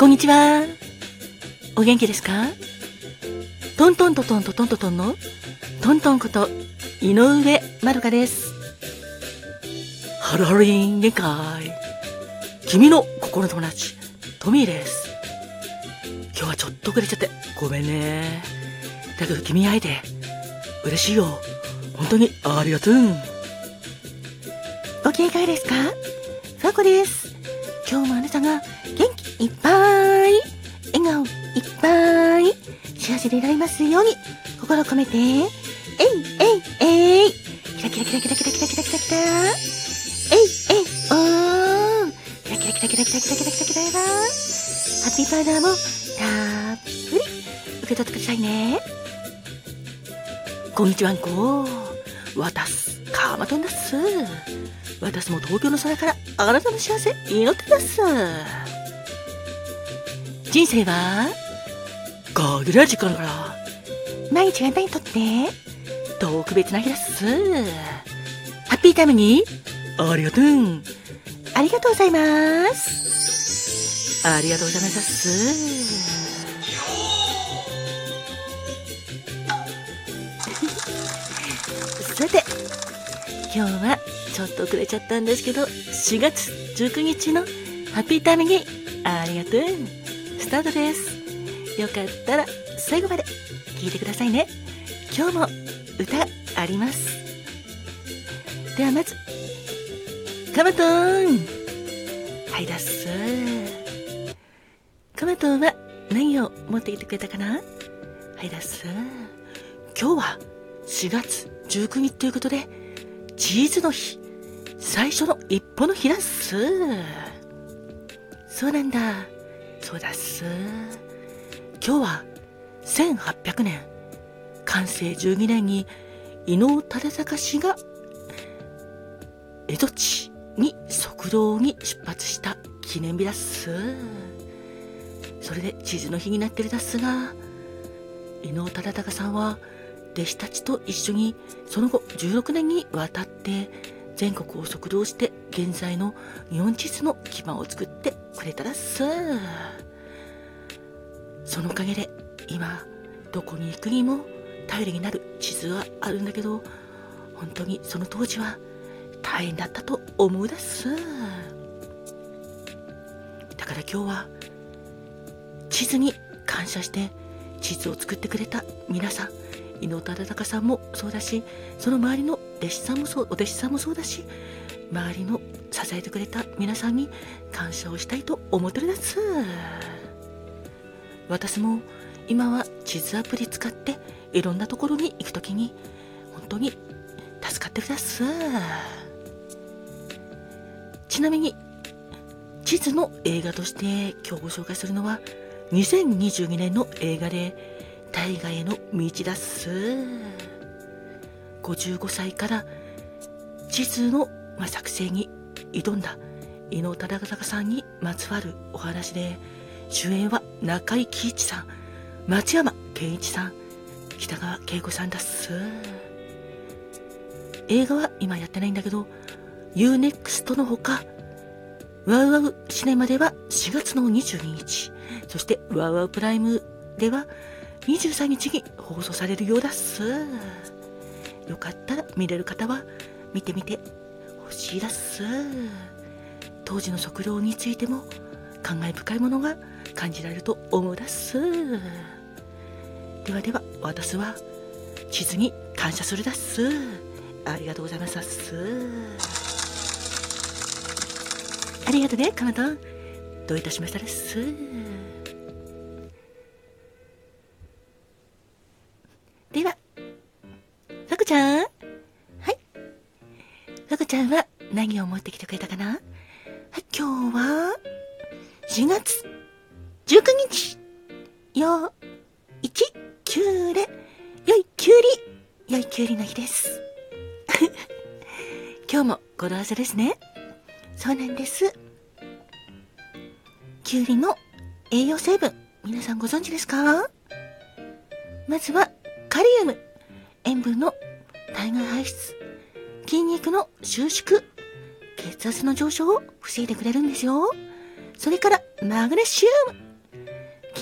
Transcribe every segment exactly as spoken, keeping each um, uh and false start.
こんにちは。お元気ですか？トントントトントトントトンのトントンこと井上まるかです。ハロハロリン限界。君の心の友達トミーです。今日はちょっと遅れちゃってごめんね。だけど君に会えて嬉しいよ。本当にありがとう。 ご機嫌いかがですか？ふわこです。今日もあなたが元気いっぱい、笑顔いっぱい、幸せでいられますように心を込めて、えいえいえい、キラキラキラキラキラキラキラキラキラ、えいえいおー、キラキラキラキラキラキラキラキラキラキラ、ハッピーパウダーもたっぷり受け取ってくださいね。 こんにちはんこ。わたすカーマトンです。私も東京の空からあなたの幸せ祈ってます。人生は限られた時間から毎日がたにとって特別な日です。ハッピータイムにありがとう。 ありがとうございます。 ありがとうございますさて、今日はちょっと遅れちゃったんですけど、しがつじゅうくにちのハッピータイムにありがとうスタートです。よかったら最後まで聞いてくださいね。今日も歌あります。ではまずカマトン、はいだっす。カマトンは何を持ってきてくれたかな？はいだっす。今日はしがつじゅうくにちということでチーズの日、最初の一歩の日だっす。そうなんだ。そうだっす。今日はせんはっぴゃくねん、寛政じゅうにねんに伊能忠敬氏が蝦夷地に側道に出発した記念日だっす。それでチーズの日になってるだっすが、伊能忠敬さんは弟子たちと一緒にその後じゅうろくねんにわたって全国を側道して現在の日本地図の基盤を作ってくれたらっす。そのおかげで今どこに行くにも頼りになる地図はあるんだけど、本当にその当時は大変だったと思うだっす。だから今日は地図に感謝して地図を作ってくれた皆さん、伊能忠敬さんもそうだし、その周りの弟子さんもそう、お弟子さんもそうだし、周りの支えてくれた皆さんに感謝をしたいと思ってるです。私も今は地図アプリ使っていろんなところに行くときに本当に助かってるです。ちなみに地図の映画として今日ご紹介するのはにせんにじゅうにねんの映画で大河への道だっす。ごじゅうごさいから地図の作成に挑んだ伊能忠敬さんにまつわるお話で、主演は中井貴一さん、松山ケンイチさん、北川景子さんだっす。映画は今やってないんだけど ユーネクスト のほかワウワウシネマではしがつのにじゅうににち、そしてワウワウプライムではにじゅうさんにちに放送されるようだっす。よかったら見れる方は見てみてほしいだっす。当時の測量についても感慨深いものが感じられると思うだっす。ではでは、私は地図に感謝するだっす。ありがとうございますだっす。ありがとうね、かなたん。どういたしましたです。では、さくちゃん。はい。さくちゃんは何を持ってきてくれたかな？はい、今日は、しがつじゅうくにち。よ、いち、きゅうれ、よいきゅうり、よいきゅうりの日です。今日も語呂合わせですね。そうなんです。きゅうりの栄養成分、皆さんご存知ですか？まずは、カリウム、塩分の体外排出、筋肉の収縮、血圧の上昇を防いでくれるんですよ。それからマグネシウム、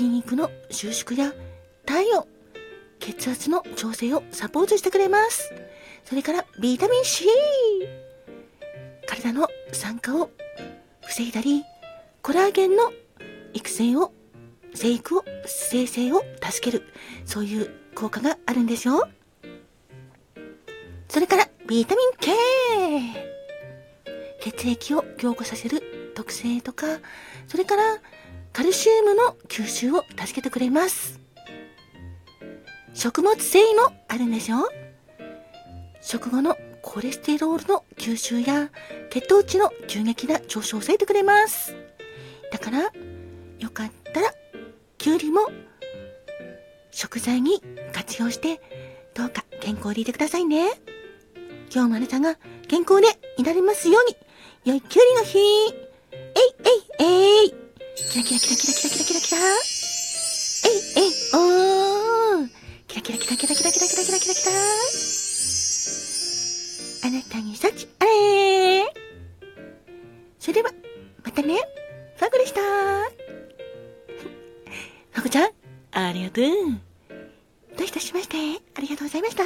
筋肉の収縮や体温、血圧の調整をサポートしてくれます。それからビタミン C、 体の酸化を防いだり、コラーゲンの育成を生育を生成を助ける、そういう効果があるんですよ。それからビタミン K、 血液を凝固させる特性とか、それからカルシウムの吸収を助けてくれます。食物繊維もあるんですよ。食後のコレステロールの吸収や血糖値の急激な上昇を抑えてくれます。だからよかったらきゅうりも食材に活用して、どうか健康でいてくださいね。今日もあなたが健康でいられますように。良いきゅうりの日。えいえいえい。キラキラキラキラキラキラキラキラ。えいえいおー。キラキラキラキラキラキラキラキラキラキラ。あなたに幸あれー。それではまたね。ファグでした。ファグちゃん、ありがとう。どういたしまして。ありがとうございました。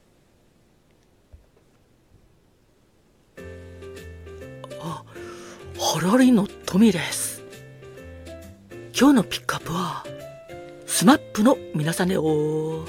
あ、ハラリのトミーです。今日のピックアップはスマップの皆さんでよ。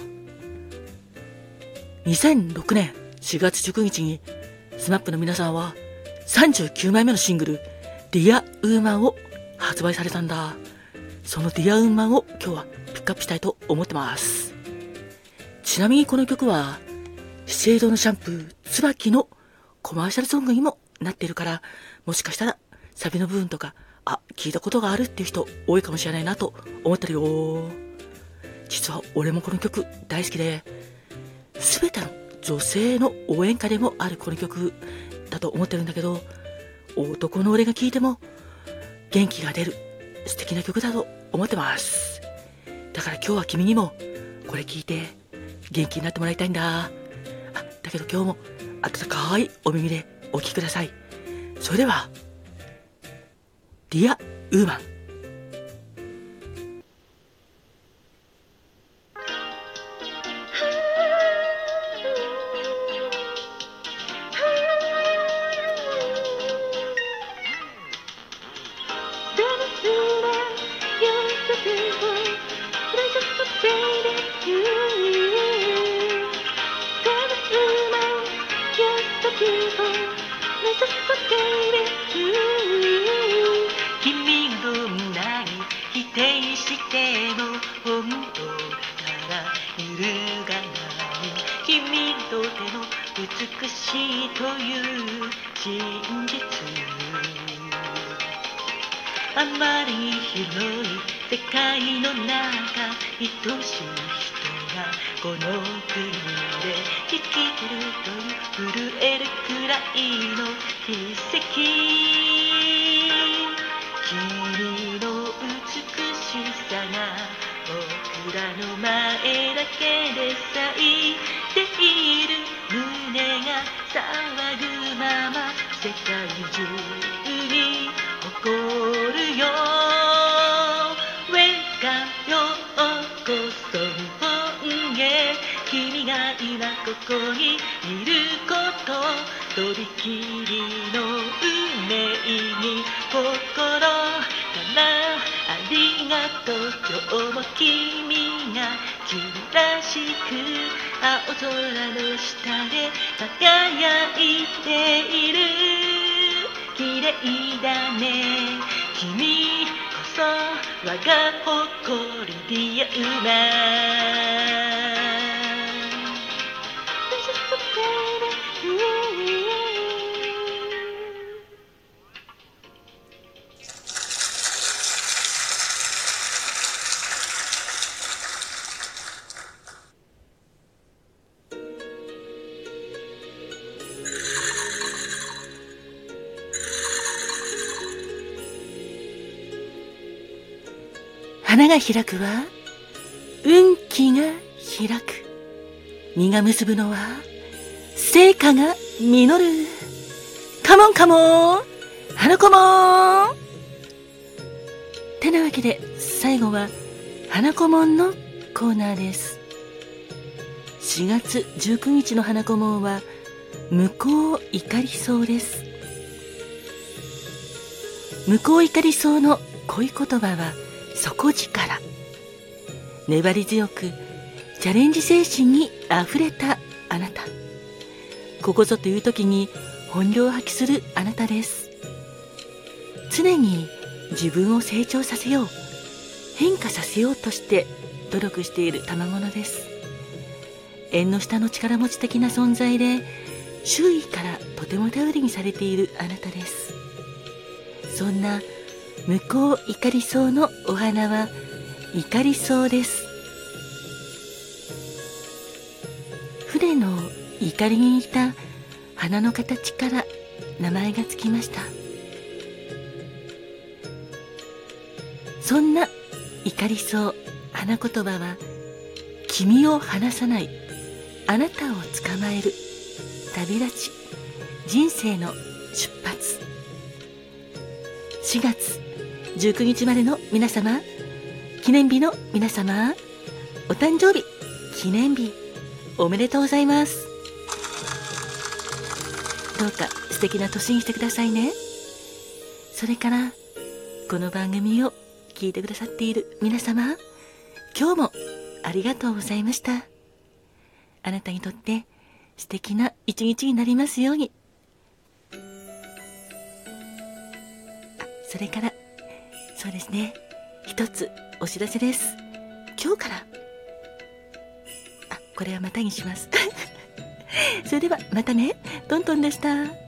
にせんろくねんしがつじゅうくにちにスマップの皆さんはさんじゅうきゅうまいめのシングルディアウーマンを発売されたんだ。そのディアウーマンを今日はピックアップしたいと思ってます。ちなみにこの曲は資生堂のシャンプー椿のコマーシャルソングにもなってるから、もしかしたらサビの部分とかあ聞いたことがあるっていう人多いかもしれないなと思ってるよ。実は俺もこの曲大好きで、全ての女性の応援歌でもあるこの曲だと思ってるんだけど、男の俺が聴いても元気が出る素敵な曲だと思ってます。だから今日は君にもこれ聴いて元気になってもらいたいんだ。あ、だけど今日も温かいお耳でお聴きください。それではディアウーマン。 君がどんなに否定しても本当だから揺るがない。君にとっての美しいという真実、あまりに広い世界の中、愛しい人がこの国で生きてるという震えるくらいの奇跡。君の美しさが僕らの前だけで咲いている。胸が騒ぐまま世界中に誇るよ。ウェルカムようこそ日本へ。君が今ここにいること、とびきりの運命に心からありがとう。今日も君が君らしく青空の下で輝いている。綺麗だね君こそ我が誇りディアウーマン。 花が開くは運気が開く。実が結ぶのは成果が実る。カモンカモン花子もん。てなわけで最後は花子門のコーナーです。しがつじゅうくにちの花子門は向こう怒りそうです。向こう怒りそうの恋言葉は底力。粘り強くチャレンジ精神にあふれたあなた。ここぞという時に本領を発揮するあなたです。常に自分を成長させよう、変化させようとして努力している賜物です。縁の下の力持ち的な存在で、周囲からとても頼りにされているあなたです。そんな向こう怒りそうのお花は怒りそうです。船の怒りに似た花の形から名前がつきました。そんな怒りそう花言葉は、君を離さない、あなたを捕まえる、旅立ち、人生の出発。しがつじゅうくにちまでの皆様、記念日の皆様、お誕生日記念日おめでとうございます。どうか素敵な年にしてくださいね。それからこの番組を聞いてくださっている皆様、今日もありがとうございました。あなたにとって素敵な一日になりますように。あ、それからそうですね、一つお知らせです。今日から、あ、これはまたにしますそれではまたね。トントンでした。